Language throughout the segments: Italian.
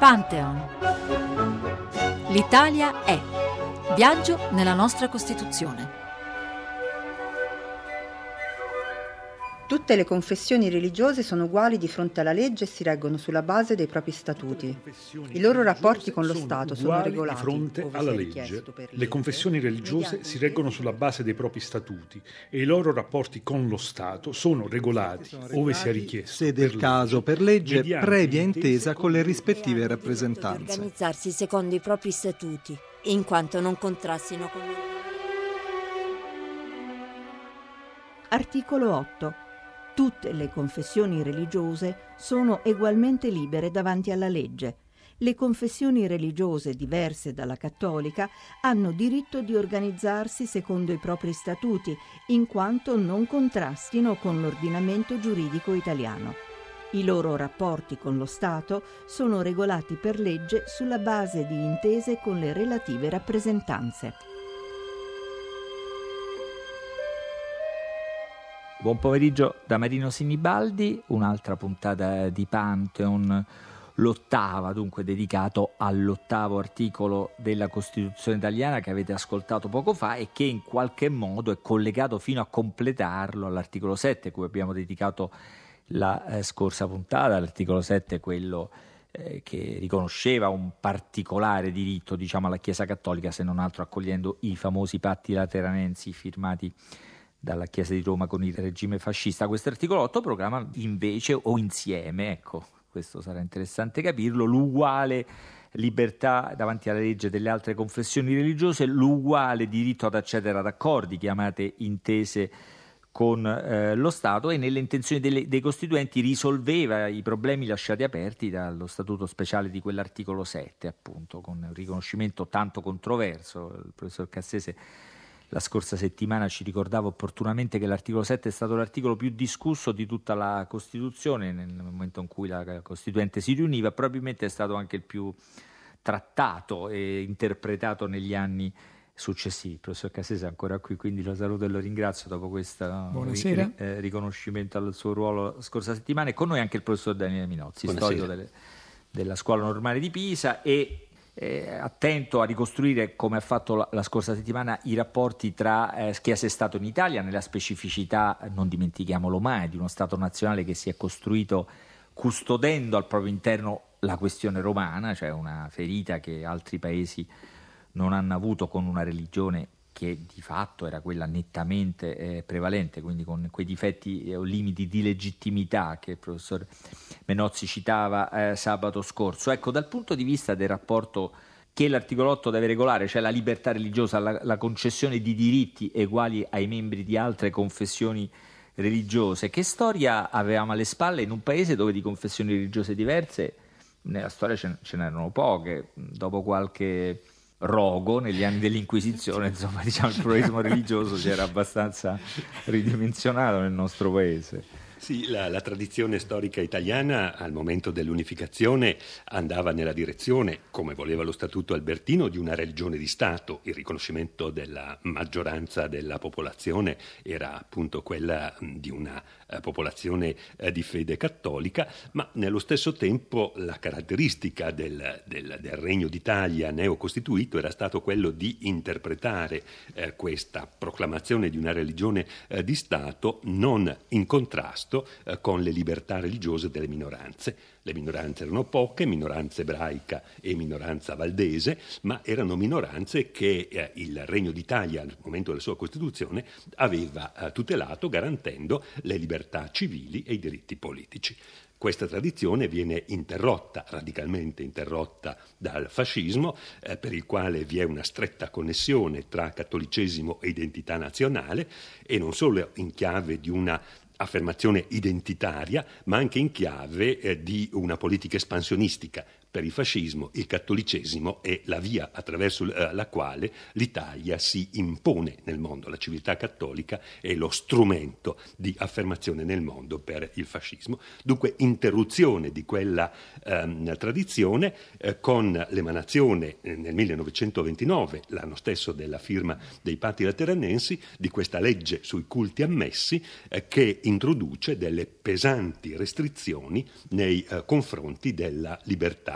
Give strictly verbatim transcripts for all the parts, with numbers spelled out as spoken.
Pantheon. L'Italia è. Viaggio nella nostra Costituzione. Tutte le confessioni religiose sono uguali di fronte alla legge e si reggono sulla base dei propri statuti. I loro rapporti con lo Stato sono regolati di fronte alla legge. Le confessioni religiose si reggono sulla base dei propri statuti e i loro rapporti con lo Stato sono regolati, ove sia richiesto, se del caso per legge, previa intesa con le rispettive rappresentanze. Organizzarsi secondo i propri statuti, in quanto non contrastino con... Articolo otto. Tutte le confessioni religiose sono egualmente libere davanti alla legge. Le confessioni religiose diverse dalla cattolica hanno diritto di organizzarsi secondo i propri statuti, in quanto non contrastino con l'ordinamento giuridico italiano. I loro rapporti con lo Stato sono regolati per legge sulla base di intese con le relative rappresentanze. Buon pomeriggio da Marino Sinibaldi, un'altra puntata di Pantheon, l'ottava, dunque dedicato all'ottavo articolo della Costituzione italiana che avete ascoltato poco fa e che in qualche modo è collegato fino a completarlo all'articolo sette, cui abbiamo dedicato la eh, scorsa puntata. L'articolo sette è quello eh, che riconosceva un particolare diritto, diciamo, alla Chiesa Cattolica, se non altro accogliendo i famosi patti lateranensi firmati dalla Chiesa di Roma con il regime fascista. Questo articolo otto proclama invece, o insieme, ecco, questo sarà interessante capirlo, l'uguale libertà davanti alla legge delle altre confessioni religiose, l'uguale diritto ad accedere ad accordi, chiamate intese con eh, lo Stato, e nelle intenzioni delle, dei costituenti risolveva i problemi lasciati aperti dallo statuto speciale di quell'articolo sette, appunto, con un riconoscimento tanto controverso. Il professor Cassese la scorsa settimana ci ricordava opportunamente che l'articolo sette è stato l'articolo più discusso di tutta la Costituzione nel momento in cui la Costituente si riuniva, probabilmente è stato anche il più trattato e interpretato negli anni successivi. Il professor Cassese è ancora qui, quindi lo saluto e lo ringrazio dopo questo ri- eh, riconoscimento al suo ruolo la scorsa settimana. E con noi anche il professor Daniele Minozzi, Buonasera. storico delle, della Scuola Normale di Pisa e Eh, attento a ricostruire, come ha fatto la, la scorsa settimana, i rapporti tra eh, Chiesa e Stato in Italia, nella specificità, non dimentichiamolo mai, di uno Stato nazionale che si è costruito custodendo al proprio interno la questione romana, cioè una ferita che altri paesi non hanno avuto, con una religione che di fatto era quella nettamente eh, prevalente, quindi con quei difetti o eh, limiti di legittimità che il professor Menozzi citava eh, sabato scorso. Ecco, dal punto di vista del rapporto che l'articolo otto deve regolare, cioè la libertà religiosa, la, la concessione di diritti eguali ai membri di altre confessioni religiose, che storia avevamo alle spalle in un paese dove di confessioni religiose diverse nella storia ce, ce n'erano poche? Dopo qualche rogo negli anni dell'Inquisizione, insomma, diciamo, il pluralismo religioso si era abbastanza ridimensionato nel nostro paese. Sì, la, la tradizione storica italiana al momento dell'unificazione andava nella direzione, come voleva lo Statuto albertino, di una religione di Stato. Il riconoscimento della maggioranza della popolazione era appunto quella di una uh, popolazione uh, di fede cattolica, ma nello stesso tempo la caratteristica del, del, del Regno d'Italia neocostituito era stato quello di interpretare uh, questa proclamazione di una religione uh, di Stato non in contrasto con le libertà religiose delle minoranze. Le minoranze erano poche, minoranza ebraica e minoranza valdese, ma erano minoranze che eh, il Regno d'Italia al momento della sua Costituzione aveva eh, tutelato, garantendo le libertà civili e i diritti politici. Questa tradizione viene interrotta, radicalmente interrotta dal fascismo, eh, per il quale vi è una stretta connessione tra cattolicesimo e identità nazionale, e non solo in chiave di una affermazione identitaria, ma anche in chiave eh, di una politica espansionistica. Per il fascismo il cattolicesimo è la via attraverso la quale l'Italia si impone nel mondo. La civiltà cattolica è lo strumento di affermazione nel mondo per il fascismo. Dunque interruzione di quella ehm, tradizione eh, con l'emanazione eh, nel millenovecentoventinove, l'anno stesso della firma dei patti lateranensi, di questa legge sui culti ammessi eh, che introduce delle pesanti restrizioni nei eh, confronti della libertà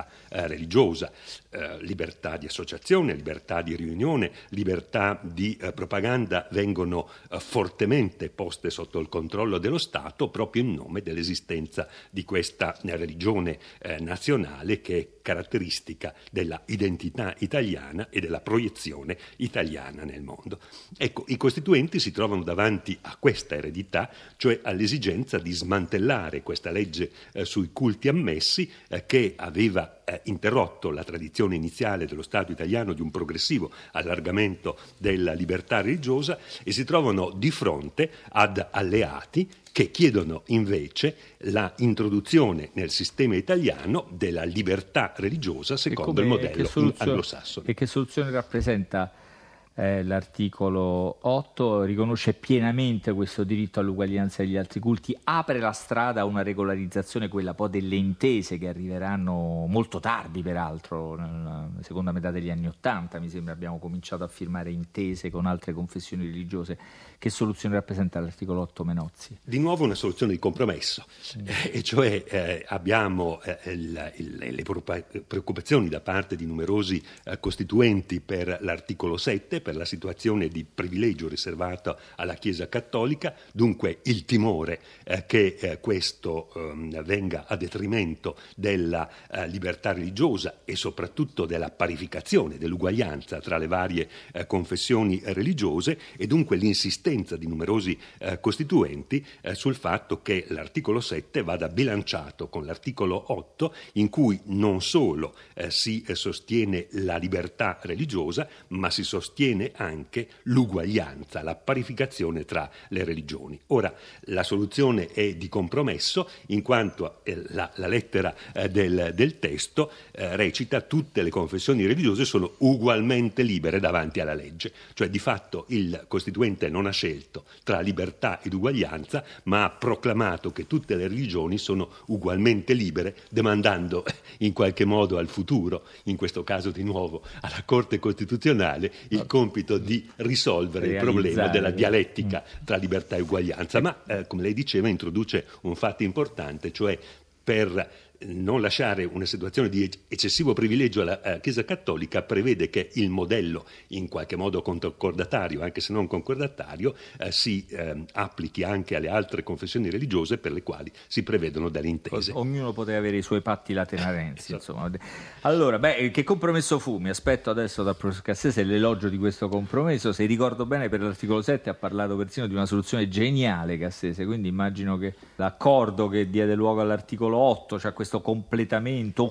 libertà eh, religiosa, eh, libertà di associazione, libertà di riunione, libertà di eh, propaganda vengono eh, fortemente poste sotto il controllo dello Stato proprio in nome dell'esistenza di questa eh, religione eh, nazionale che è caratteristica della identità italiana e della proiezione italiana nel mondo. Ecco, i costituenti si trovano davanti a questa eredità, cioè all'esigenza di smantellare questa legge eh, sui culti ammessi eh, che aveva eh, interrotto la tradizione iniziale dello Stato italiano di un progressivo allargamento della libertà religiosa, e si trovano di fronte ad alleati che chiedono invece la introduzione nel sistema italiano della libertà religiosa secondo il modello anglosassone. E che soluzione rappresenta eh, l'articolo otto? Riconosce pienamente questo diritto all'uguaglianza degli altri culti, apre la strada a una regolarizzazione, quella poi delle intese che arriveranno molto tardi, peraltro, nella seconda metà degli anni Ottanta, mi sembra, abbiamo cominciato a firmare intese con altre confessioni religiose. Che soluzione rappresenta l'articolo otto, Menozzi? Di nuovo una soluzione di compromesso, mm. eh, e cioè eh, abbiamo eh, il, il, le preoccupazioni da parte di numerosi eh, costituenti per l'articolo sette, per la situazione di privilegio riservato alla Chiesa Cattolica, dunque il timore eh, che eh, questo eh, venga a detrimento della eh, libertà religiosa e soprattutto della parificazione, dell'uguaglianza tra le varie eh, confessioni religiose, e dunque l'insistenza di numerosi eh, costituenti eh, sul fatto che l'articolo sette vada bilanciato con l'articolo otto, in cui non solo eh, si eh, sostiene la libertà religiosa, ma si sostiene anche l'uguaglianza, la parificazione tra le religioni. Ora, la soluzione è di compromesso, in quanto eh, la, la lettera eh, del, del testo eh, recita: tutte le confessioni religiose sono ugualmente libere davanti alla legge, cioè di fatto il costituente non ha scelto tra libertà ed uguaglianza, ma ha proclamato che tutte le religioni sono ugualmente libere, demandando in qualche modo al futuro, in questo caso di nuovo alla Corte Costituzionale, il compito di risolvere il problema della dialettica tra libertà e uguaglianza. Ma, eh, come lei diceva, introduce un fatto importante, cioè per non lasciare una situazione di eccessivo privilegio alla Chiesa Cattolica, prevede che il modello, in qualche modo concordatario, anche se non concordatario, eh, si eh, applichi anche alle altre confessioni religiose per le quali si prevedono delle intese. Ognuno poteva avere i suoi patti lateranensi, insomma. Allora, beh, che compromesso fu? Mi aspetto adesso dal professor Cassese l'elogio di questo compromesso. Se ricordo bene, per l'articolo sette ha parlato persino di una soluzione geniale, Cassese, quindi immagino che l'accordo che diede luogo all'articolo otto, cioè questo completamento o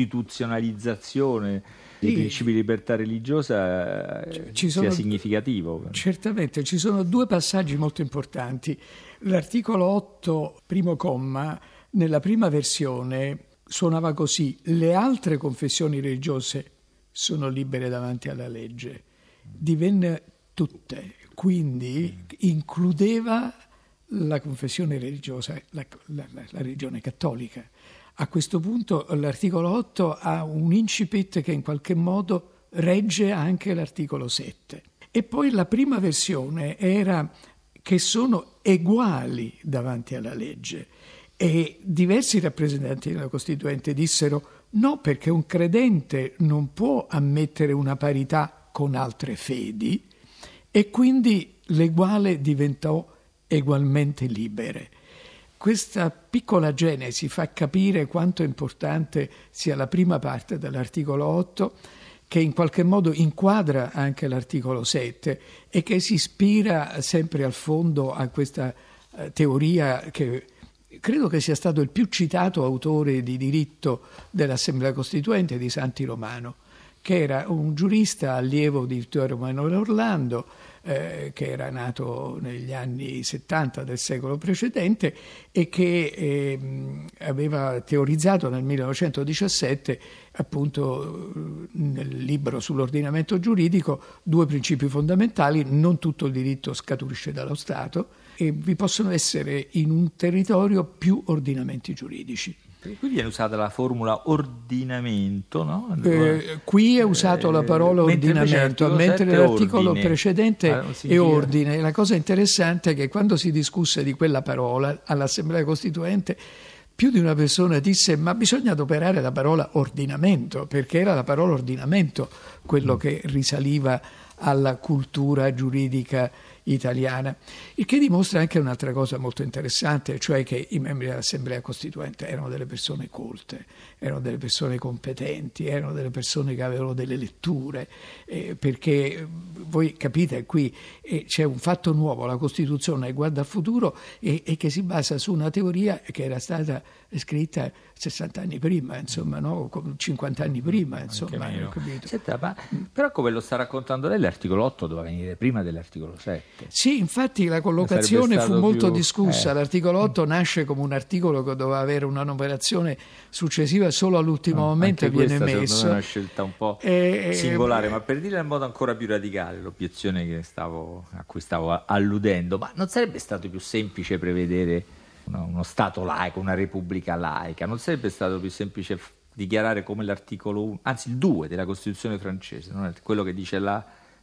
costituzionalizzazione dei sì. principi di libertà religiosa ci sia sono, significativo. Certamente, ci sono due passaggi molto importanti. L'articolo otto, primo comma, nella prima versione suonava così: le altre confessioni religiose sono libere davanti alla legge. Divenne tutte, quindi includeva la confessione religiosa, la, la, la religione cattolica. A questo punto l'articolo otto ha un incipit che in qualche modo regge anche l'articolo sette. E poi la prima versione era che sono eguali davanti alla legge, e diversi rappresentanti della Costituente dissero no, perché un credente non può ammettere una parità con altre fedi, e quindi l'eguale diventò egualmente libere. Questa piccola genesi fa capire quanto importante sia la prima parte dell'articolo otto, che in qualche modo inquadra anche l'articolo sette e che si ispira sempre al fondo a questa eh, teoria che credo che sia stato il più citato autore di diritto dell'Assemblea Costituente, di Santi Romano, che era un giurista allievo di Vittorio Emanuele Orlando, eh, che era nato negli anni settanta del secolo precedente e che eh, aveva teorizzato nel millenovecentodiciassette, appunto nel libro sull'ordinamento giuridico, due principi fondamentali: non tutto il diritto scaturisce dallo Stato e vi possono essere in un territorio più ordinamenti giuridici. Qui viene usata la formula ordinamento, no? Eh, qui è usato eh, la parola ordinamento, mentre l'articolo ordine. precedente ah, è ordine. La cosa interessante è che quando si discusse di quella parola all'Assemblea Costituente, più di una persona disse ma bisogna adoperare la parola ordinamento, perché era la parola ordinamento quello che risaliva alla cultura giuridica italiana, il che dimostra anche un'altra cosa molto interessante, cioè che i membri dell'Assemblea Costituente erano delle persone colte, erano delle persone competenti, erano delle persone che avevano delle letture, eh, perché voi capite qui eh, c'è un fatto nuovo, la Costituzione guarda al futuro e, e che si basa su una teoria che era stata scritta sessanta anni prima, insomma, no? cinquanta anni prima, insomma. Senta, ma, però come lo sta raccontando lei, l'articolo otto doveva venire prima dell'articolo sette. Sì, infatti la collocazione fu molto più... discussa. Eh. L'articolo otto nasce come un articolo che doveva avere una numerazione successiva solo all'ultimo no, momento e viene questa, messo. È una scelta un po' e, singolare, e, ma per dirla in modo ancora più radicale, l'obiezione che stavo, a cui stavo alludendo, ma non sarebbe stato più semplice prevedere uno, uno Stato laico, una repubblica laica? Non sarebbe stato più semplice f- dichiarare come l'articolo uno, anzi il due della Costituzione francese, non è quello che dice là,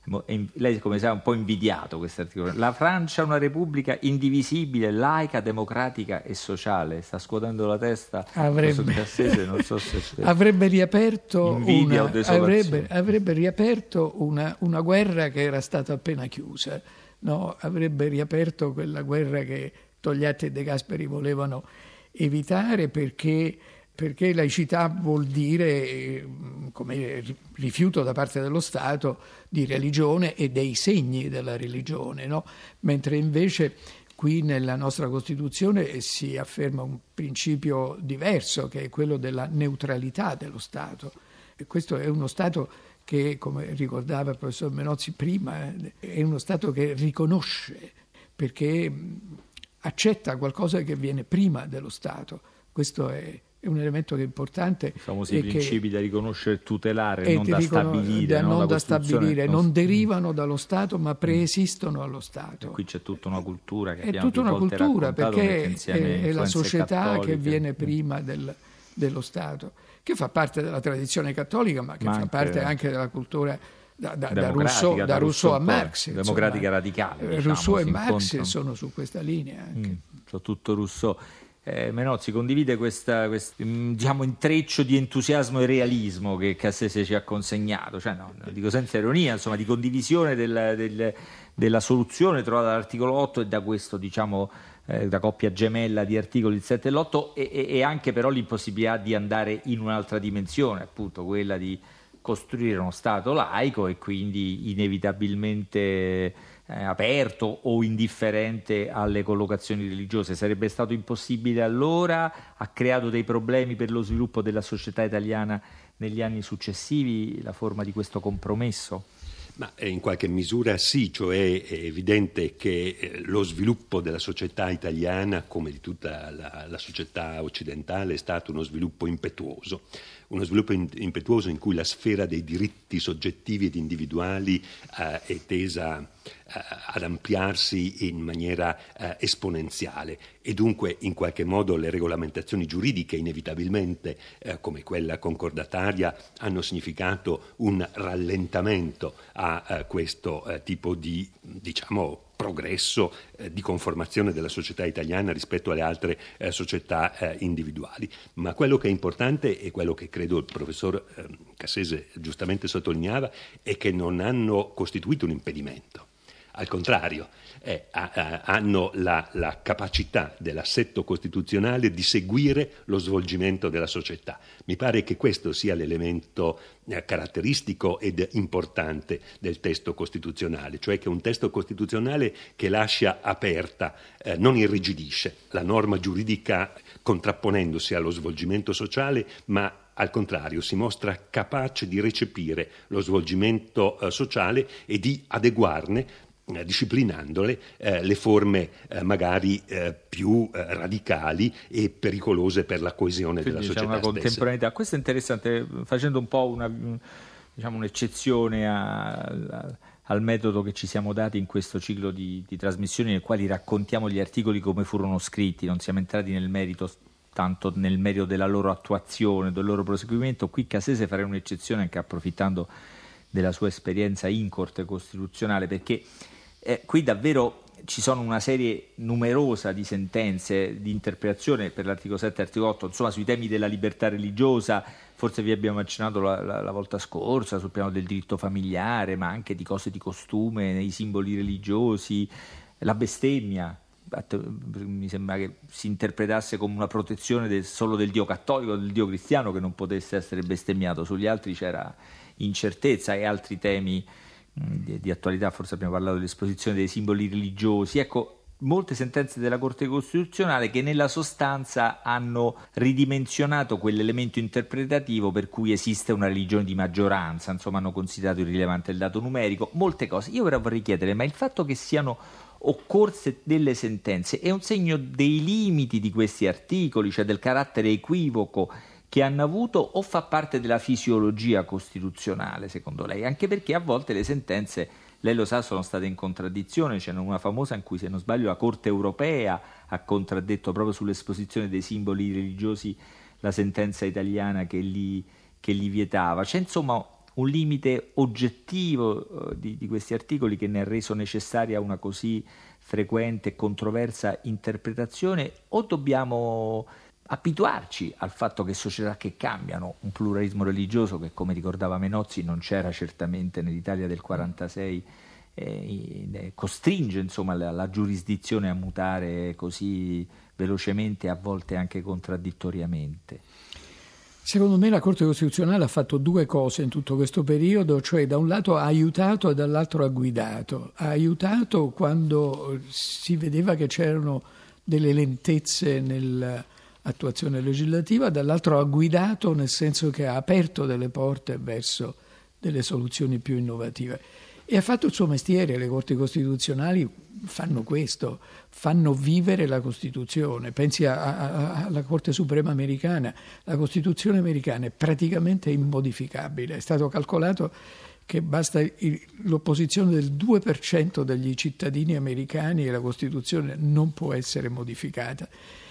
lei come sa è un po' invidiato questo articolo, la Francia è una repubblica indivisibile, laica, democratica e sociale. Sta scuotendo la testa, avrebbe, Cassese, non so se avrebbe riaperto invidia una, o desolazione. avrebbe, avrebbe riaperto una, una guerra che era stata appena chiusa, no? Avrebbe riaperto quella guerra che Togliatti e De Gasperi volevano evitare, perché perché laicità vuol dire come rifiuto da parte dello Stato di religione e dei segni della religione, no? Mentre invece qui nella nostra Costituzione si afferma un principio diverso, che è quello della neutralità dello Stato. E questo è uno Stato che, come ricordava il professor Menozzi prima, è uno Stato che riconosce, perché accetta qualcosa che viene prima dello Stato. Questo è È un elemento che è importante. I famosi principi da riconoscere e tutelare, non da stabilire. Da non non da non... stabilire, non derivano dallo Stato, ma preesistono allo Stato. E qui c'è tutta una cultura che è abbiamo tutta una cultura, perché è, è la società cattoliche. Che viene prima del, dello Stato, che fa parte della tradizione cattolica, ma che ma fa anche, parte anche della cultura da, da, da, Rousseau, da, da Rousseau a poi, Marx. Democratica insomma. radicale. Diciamo, Rousseau e Marx incontrano. Sono su questa linea anche. Mm, soprattutto Rousseau. Eh, Menozzi condivide questo diciamo, intreccio di entusiasmo e realismo che Cassese ci ha consegnato, cioè, no, lo dico senza ironia, insomma, di condivisione del, del, della soluzione trovata dall'articolo otto e da questo, diciamo, eh, da coppia gemella di articoli il sette e l'otto, e, e, e anche però l'impossibilità di andare in un'altra dimensione, appunto quella di costruire uno Stato laico e quindi inevitabilmente Eh, aperto o indifferente alle collocazioni religiose. Sarebbe stato impossibile allora? Ha creato dei problemi per lo sviluppo della società italiana negli anni successivi la forma di questo compromesso? Ma in qualche misura sì, cioè è evidente che lo sviluppo della società italiana, come di tutta la, la società occidentale, è stato uno sviluppo impetuoso. Uno sviluppo impetuoso in cui la sfera dei diritti soggettivi ed individuali eh, è tesa eh, ad ampliarsi in maniera eh, esponenziale, e dunque in qualche modo le regolamentazioni giuridiche inevitabilmente, eh, come quella concordataria, hanno significato un rallentamento a eh, questo eh, tipo di, diciamo, progresso eh, di conformazione della società italiana rispetto alle altre eh, società eh, individuali. Ma quello che è importante, e quello che credo il professor eh, Cassese giustamente sottolineava, è che non hanno costituito un impedimento. Al contrario, eh, a, a, hanno la, la capacità dell'assetto costituzionale di seguire lo svolgimento della società. Mi pare che questo sia l'elemento eh, caratteristico ed importante del testo costituzionale, cioè che è un testo costituzionale che lascia aperta, eh, non irrigidisce la norma giuridica contrapponendosi allo svolgimento sociale, ma al contrario si mostra capace di recepire lo svolgimento eh, sociale e di adeguarne, Eh, disciplinandole, eh, le forme eh, magari eh, più eh, radicali e pericolose per la coesione Quindi della c'è società una stessa. contemporaneità. Questo è interessante, facendo un po' una, diciamo, un'eccezione a, a, al metodo che ci siamo dati in questo ciclo di, di trasmissioni nel quali raccontiamo gli articoli come furono scritti, non siamo entrati nel merito, tanto nel merito della loro attuazione, del loro proseguimento. Qui Cassese farei un'eccezione anche approfittando della sua esperienza in Corte Costituzionale, perché Eh, qui davvero ci sono una serie numerosa di sentenze di interpretazione per l'articolo sette e l'articolo otto, insomma sui temi della libertà religiosa. Forse vi abbiamo accennato la, la, la volta scorsa sul piano del diritto familiare, ma anche di cose di costume, nei simboli religiosi, la bestemmia. Mi sembra che si interpretasse come una protezione del, solo del Dio cattolico, del Dio cristiano, che non potesse essere bestemmiato. Sugli altri c'era incertezza, e altri temi Di, di attualità. Forse abbiamo parlato dell'esposizione dei simboli religiosi. Ecco, molte sentenze della Corte Costituzionale che nella sostanza hanno ridimensionato quell'elemento interpretativo per cui esiste una religione di maggioranza, insomma hanno considerato irrilevante il dato numerico, molte cose. Io però vorrei chiedere, ma il fatto che siano occorse delle sentenze è un segno dei limiti di questi articoli, cioè del carattere equivoco che hanno avuto, o fa parte della fisiologia costituzionale secondo lei? Anche perché a volte le sentenze, lei lo sa, sono state in contraddizione. C'è una famosa in cui, se non sbaglio, la Corte europea ha contraddetto proprio sull'esposizione dei simboli religiosi la sentenza italiana che li, che li vietava. C'è insomma un limite oggettivo eh, di, di questi articoli che ne ha reso necessaria una così frequente e controversa interpretazione, o dobbiamo abituarci al fatto che società che cambiano, un pluralismo religioso che, come ricordava Menozzi, non c'era certamente nell'Italia del quarantasei, eh, costringe insomma la, la giurisdizione a mutare così velocemente, a volte anche contraddittoriamente? Secondo me la Corte Costituzionale ha fatto due cose in tutto questo periodo, cioè da un lato ha aiutato e dall'altro ha guidato. Ha aiutato quando si vedeva che c'erano delle lentezze nel attuazione legislativa, dall'altro ha guidato nel senso che ha aperto delle porte verso delle soluzioni più innovative e ha fatto il suo mestiere. Le Corti Costituzionali fanno questo, fanno vivere la Costituzione. Pensi a, a, alla Corte Suprema americana. La Costituzione americana è praticamente immodificabile, è stato calcolato che basta il, l'opposizione del due per cento degli cittadini americani e la Costituzione non può essere modificata.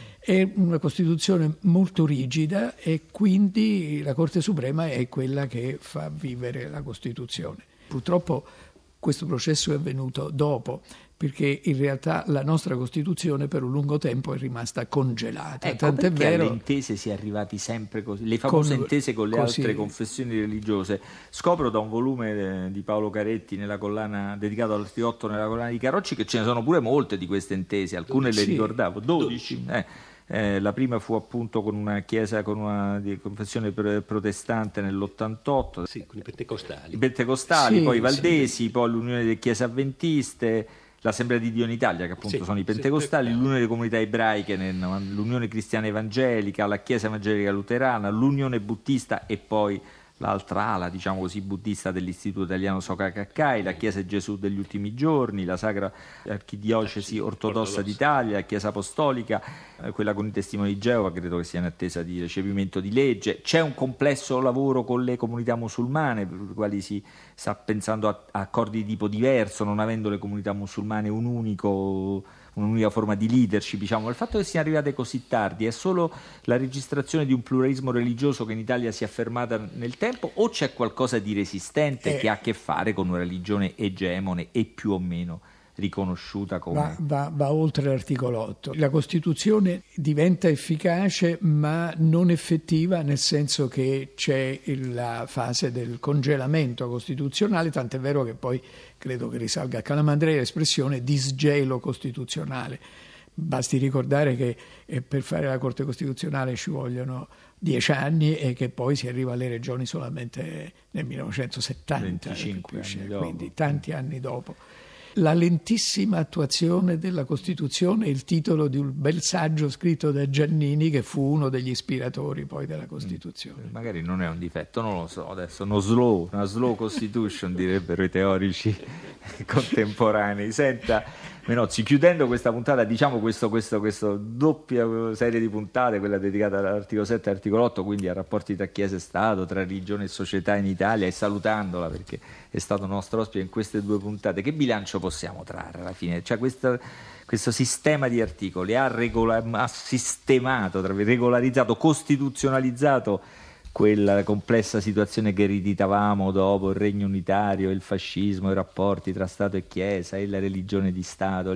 È una Costituzione molto rigida e quindi la Corte Suprema è quella che fa vivere la Costituzione. Purtroppo questo processo è avvenuto dopo, perché in realtà la nostra Costituzione per un lungo tempo è rimasta congelata. Ecco, tant'è perché vero, alle intese si è arrivati sempre così, le famose con, intese con le così. altre confessioni religiose. Scopro da un volume di Paolo Caretti nella collana dedicato all'articolo otto nella collana di Carocci che ce ne sono pure molte di queste intese, alcune le sì. ricordavo, dodici. Eh. Eh, la prima fu appunto con una chiesa, con una di confessione protestante nell'ottantotto, sì, con i pentecostali, i pentecostali, sì, poi i valdesi, sì. poi l'Unione delle Chiese Avventiste, l'Assemblea di Dio in Italia, che appunto sì, sono i pentecostali, sì, l'Unione delle Comunità Ebraiche, l'Unione Cristiana Evangelica, la Chiesa Evangelica Luterana, l'Unione Buddista e poi l'altra ala, diciamo così, buddista dell'Istituto Italiano Soka Gakkai, la Chiesa Gesù degli Ultimi Giorni, la Sacra Archidiocesi Ortodossa d'Italia, la Chiesa Apostolica, eh, quella con i Testimoni di Geova, credo che sia in attesa di recepimento di legge. C'è un complesso lavoro con le comunità musulmane, per le quali si sta pensando a, a accordi di tipo diverso, non avendo le comunità musulmane un unico... un'unica forma di leadership, diciamo. Il fatto che siano arrivate così tardi è solo la registrazione di un pluralismo religioso che in Italia si è affermata nel tempo, o c'è qualcosa di resistente eh, che ha a che fare con una religione egemone e più o meno riconosciuta come... Va, va, va oltre l'articolo otto. La Costituzione diventa efficace ma non effettiva, nel senso che c'è la fase del congelamento costituzionale, tant'è vero che poi credo che risalga a Calamandrei l'espressione disgelo costituzionale. Basti ricordare che eh, per fare la Corte Costituzionale ci vogliono dieci anni e che poi si arriva alle regioni solamente nel millenovecentosettanta, venticinque anni dopo. Quindi tanti anni dopo. La lentissima attuazione della Costituzione è il titolo di un bel saggio scritto da Giannini, che fu uno degli ispiratori poi della Costituzione. Mm, magari non è un difetto, non lo so, adesso no slow, una slow constitution direbbero i teorici contemporanei. Senta Menozzi, chiudendo questa puntata, diciamo questo, questo, questo doppia serie di puntate, quella dedicata all'articolo sette e all'articolo otto, quindi a rapporti tra Chiesa e Stato, tra religione e società in Italia, e salutandola perché è stato nostro ospite in queste due puntate, che bilancio possiamo trarre alla fine? Cioè questo, questo sistema di articoli ha, regola, ha sistemato, regolarizzato, costituzionalizzato quella complessa situazione che ereditavamo dopo il regno unitario, il fascismo, i rapporti tra Stato e Chiesa e la religione di Stato.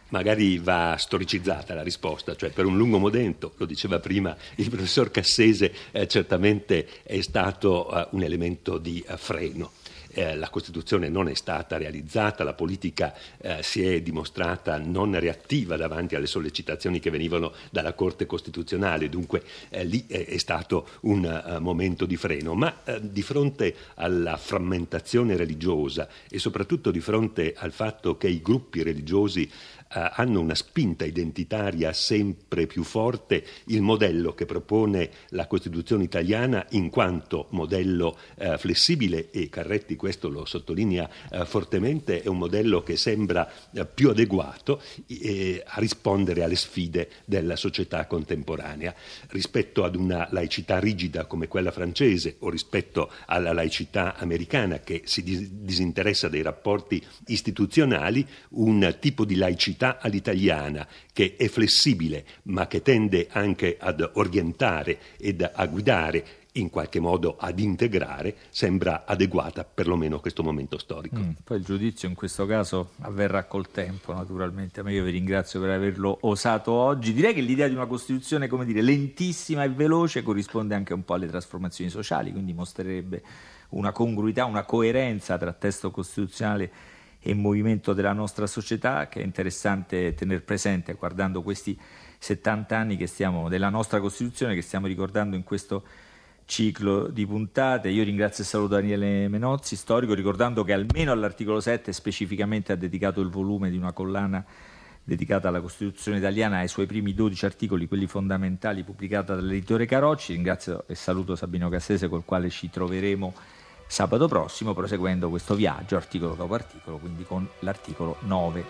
Magari va storicizzata la risposta, cioè per un lungo momento, lo diceva prima il professor Cassese, eh, certamente è stato eh, un elemento di eh, freno. Eh, la Costituzione non è stata realizzata, la politica eh, si è dimostrata non reattiva davanti alle sollecitazioni che venivano dalla Corte Costituzionale, dunque eh, lì è, è stato un uh, momento di freno, ma eh, di fronte alla frammentazione religiosa e soprattutto di fronte al fatto che i gruppi religiosi Uh, hanno una spinta identitaria sempre più forte, il modello che propone la Costituzione italiana in quanto modello uh, flessibile, e Carretti questo lo sottolinea uh, fortemente, è un modello che sembra uh, più adeguato eh, a rispondere alle sfide della società contemporanea rispetto ad una laicità rigida come quella francese o rispetto alla laicità americana che si dis- disinteressa dei rapporti istituzionali. Un tipo di laicità all'italiana che è flessibile ma che tende anche ad orientare ed a guidare, in qualche modo ad integrare, sembra adeguata perlomeno a questo momento storico. Mm, poi il giudizio in questo caso avverrà col tempo, naturalmente, ma io vi ringrazio per averlo osato oggi. Direi che l'idea di una Costituzione, come dire, lentissima e veloce corrisponde anche un po' alle trasformazioni sociali, quindi mostrerebbe una congruità, una coerenza tra testo costituzionale e movimento della nostra società, che è interessante tener presente guardando questi settanta anni che stiamo della nostra Costituzione che stiamo ricordando in questo ciclo di puntate. Io ringrazio e saluto Daniele Menozzi, storico, ricordando che almeno all'articolo sette specificamente ha dedicato il volume di una collana dedicata alla Costituzione italiana ai suoi primi dodici articoli, quelli fondamentali, pubblicata dall'editore Carocci. Ringrazio e saluto Sabino Cassese, col quale ci troveremo sabato prossimo, proseguendo questo viaggio articolo dopo articolo, quindi con l'articolo nove.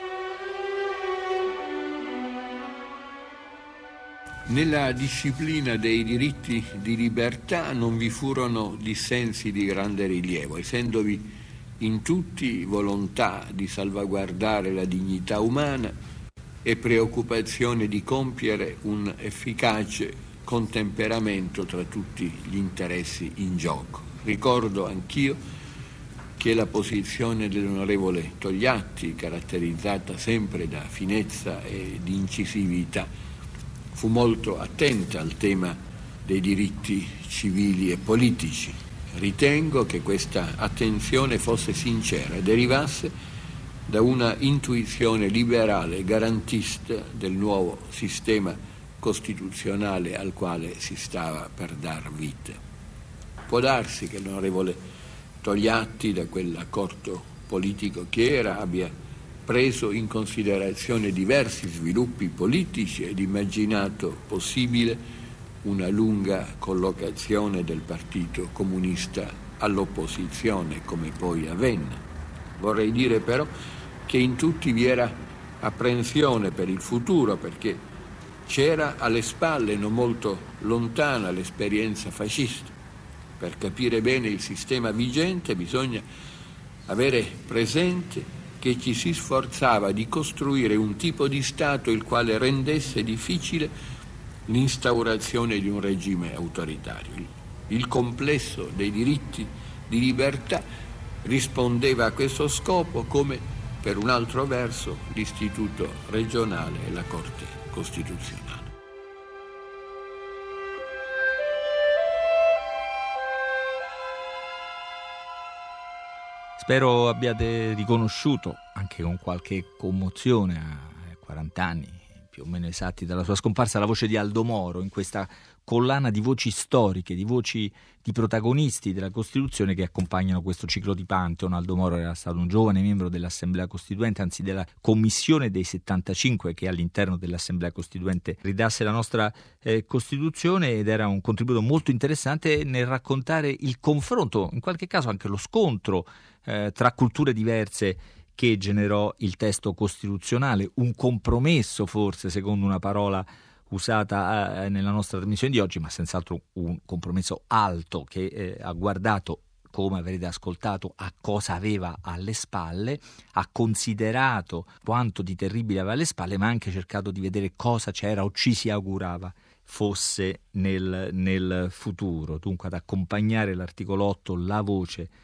Nella disciplina dei diritti di libertà non vi furono dissensi di grande rilievo, essendovi in tutti volontà di salvaguardare la dignità umana e preoccupazione di compiere un efficace contemperamento tra tutti gli interessi in gioco. Ricordo anch'io che la posizione dell'onorevole Togliatti, caratterizzata sempre da finezza e di incisività, fu molto attenta al tema dei diritti civili e politici. Ritengo che questa attenzione fosse sincera e derivasse da una intuizione liberale e garantista del nuovo sistema costituzionale al quale si stava per dar vita. Può darsi che l'onorevole Togliatti, da quell'accordo politico che era, abbia preso in considerazione diversi sviluppi politici ed immaginato possibile una lunga collocazione del Partito Comunista all'opposizione, come poi avvenne. Vorrei dire però che in tutti vi era apprensione per il futuro, perché c'era alle spalle, non molto lontana, l'esperienza fascista. Per capire bene il sistema vigente bisogna avere presente che ci si sforzava di costruire un tipo di Stato il quale rendesse difficile l'instaurazione di un regime autoritario. Il complesso dei diritti di libertà rispondeva a questo scopo, come per un altro verso l'istituto regionale e la Corte Costituzionale. Spero abbiate riconosciuto, anche con qualche commozione, a quaranta anni più o meno esatti dalla sua scomparsa, la voce di Aldo Moro in questa collana di voci storiche, di voci di protagonisti della Costituzione che accompagnano questo ciclo di Pantheon. Aldo Moro era stato un giovane membro dell'Assemblea Costituente, anzi della Commissione dei settantacinque che all'interno dell'Assemblea Costituente ridasse la nostra eh, Costituzione, ed era un contributo molto interessante nel raccontare il confronto, in qualche caso anche lo scontro eh, tra culture diverse che generò il testo costituzionale, un compromesso forse, secondo una parola usata eh, nella nostra trasmissione di oggi, ma senz'altro un compromesso alto che eh, ha guardato, come avrete ascoltato, a cosa aveva alle spalle, ha considerato quanto di terribile aveva alle spalle, ma ha anche cercato di vedere cosa c'era o ci si augurava fosse nel, nel futuro. Dunque ad accompagnare l'articolo otto la voce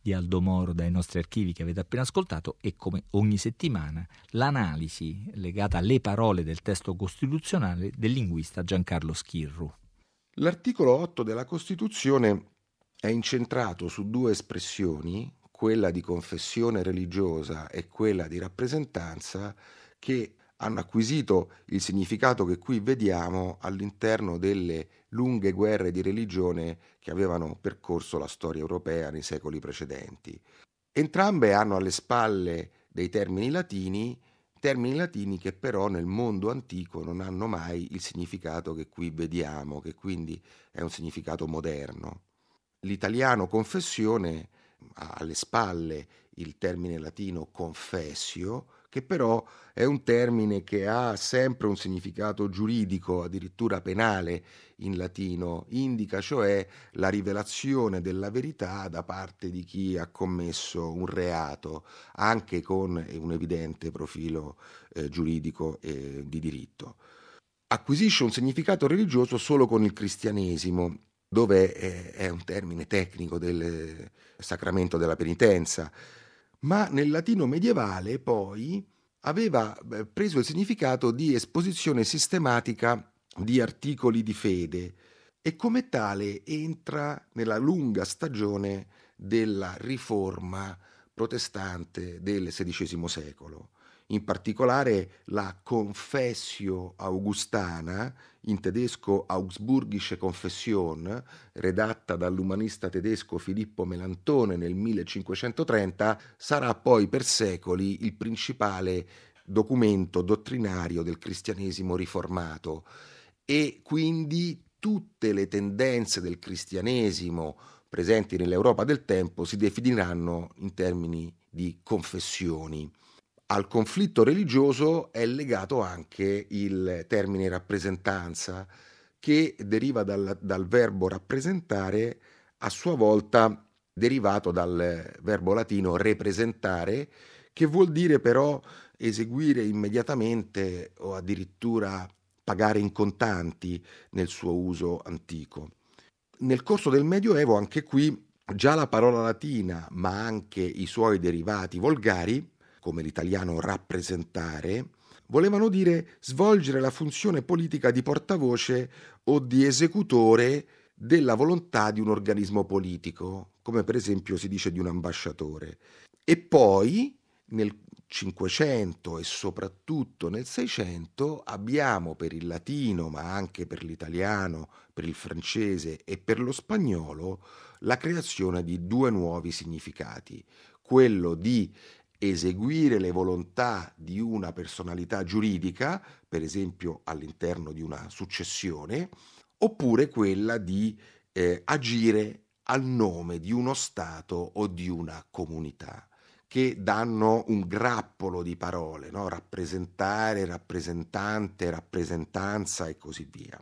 di Aldo Moro dai nostri archivi che avete appena ascoltato, e come ogni settimana l'analisi legata alle parole del testo costituzionale del linguista Giancarlo Schirru. L'articolo otto della Costituzione è incentrato su due espressioni, quella di confessione religiosa e quella di rappresentanza, che hanno acquisito il significato che qui vediamo all'interno delle lunghe guerre di religione che avevano percorso la storia europea nei secoli precedenti. Entrambe hanno alle spalle dei termini latini, termini latini che però nel mondo antico non hanno mai il significato che qui vediamo, che quindi è un significato moderno. L'italiano confessione ha alle spalle il termine latino confessio, che però è un termine che ha sempre un significato giuridico, addirittura penale in latino, indica cioè la rivelazione della verità da parte di chi ha commesso un reato, anche con un evidente profilo eh, giuridico e di diritto. Acquisisce un significato religioso solo con il cristianesimo, dove è, è un termine tecnico del sacramento della penitenza, ma nel latino medievale poi aveva preso il significato di esposizione sistematica di articoli di fede e come tale entra nella lunga stagione della riforma protestante del sedicesimo secolo. In particolare la Confessio Augustana, in tedesco Augsburgische Confession, redatta dall'umanista tedesco Filippo Melantone nel millecinquecentotrenta, sarà poi per secoli il principale documento dottrinario del cristianesimo riformato, e quindi tutte le tendenze del cristianesimo presenti nell'Europa del tempo si definiranno in termini di confessioni. Al conflitto religioso è legato anche il termine rappresentanza, che deriva dal, dal verbo rappresentare, a sua volta derivato dal verbo latino representare, che vuol dire però eseguire immediatamente o addirittura pagare in contanti nel suo uso antico. Nel corso del Medioevo anche qui già la parola latina, ma anche i suoi derivati volgari, come l'italiano rappresentare, volevano dire svolgere la funzione politica di portavoce o di esecutore della volontà di un organismo politico, come per esempio si dice di un ambasciatore. E poi nel Cinquecento e soprattutto nel Seicento abbiamo per il latino, ma anche per l'italiano, per il francese e per lo spagnolo, la creazione di due nuovi significati, quello di eseguire le volontà di una personalità giuridica, per esempio all'interno di una successione, oppure quella di eh, agire al nome di uno Stato o di una comunità, che danno un grappolo di parole, no? Rappresentare, rappresentante, rappresentanza e così via.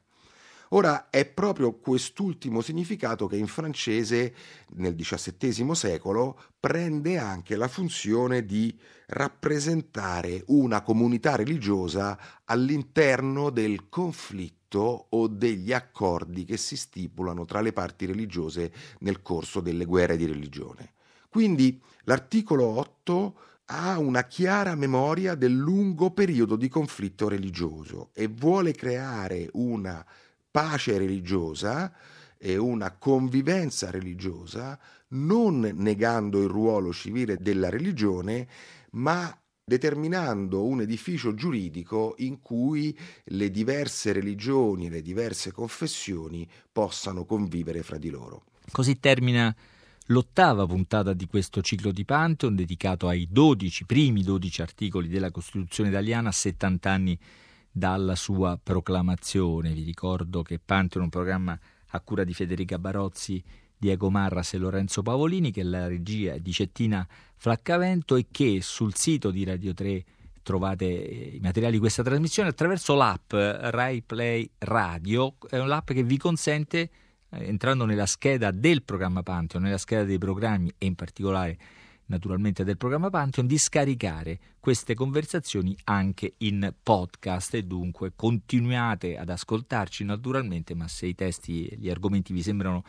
Ora è proprio quest'ultimo significato che in francese nel diciassettesimo secolo prende anche la funzione di rappresentare una comunità religiosa all'interno del conflitto o degli accordi che si stipulano tra le parti religiose nel corso delle guerre di religione. Quindi l'articolo otto ha una chiara memoria del lungo periodo di conflitto religioso e vuole creare una pace religiosa e una convivenza religiosa, non negando il ruolo civile della religione, ma determinando un edificio giuridico in cui le diverse religioni e le diverse confessioni possano convivere fra di loro. Così termina l'ottava puntata di questo ciclo di Pantheon, dedicato ai dodici, primi dodici articoli della Costituzione italiana a settanta anni dalla sua proclamazione. Vi ricordo che Pantheon è un programma a cura di Federica Barozzi, Diego Marras e Lorenzo Pavolini, che la regia è di Cettina Flaccavento, e che sul sito di Radio tre trovate i materiali di questa trasmissione attraverso l'app Rai Play Radio. È un'app che vi consente, entrando nella scheda del programma Pantheon, nella scheda dei programmi e in particolare naturalmente del programma Pantheon, di scaricare queste conversazioni anche in podcast, e dunque continuate ad ascoltarci naturalmente, ma se i testi e gli argomenti vi sembrano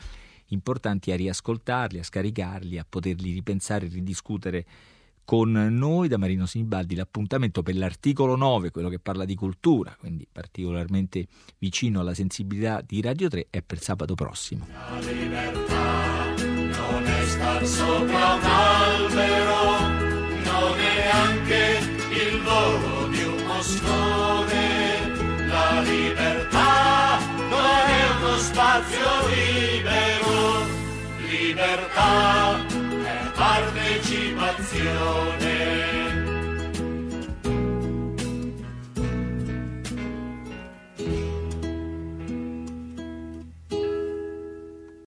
importanti, a riascoltarli, a scaricarli, a poterli ripensare e ridiscutere con noi. Da Marino Sinibaldi l'appuntamento per l'articolo nove, quello che parla di cultura, quindi particolarmente vicino alla sensibilità di Radio tre, è per sabato prossimo. La libertà non è star sopra un albero, non è anche il volo di un moscone. La libertà non è uno spazio libero, libertà è partecipazione.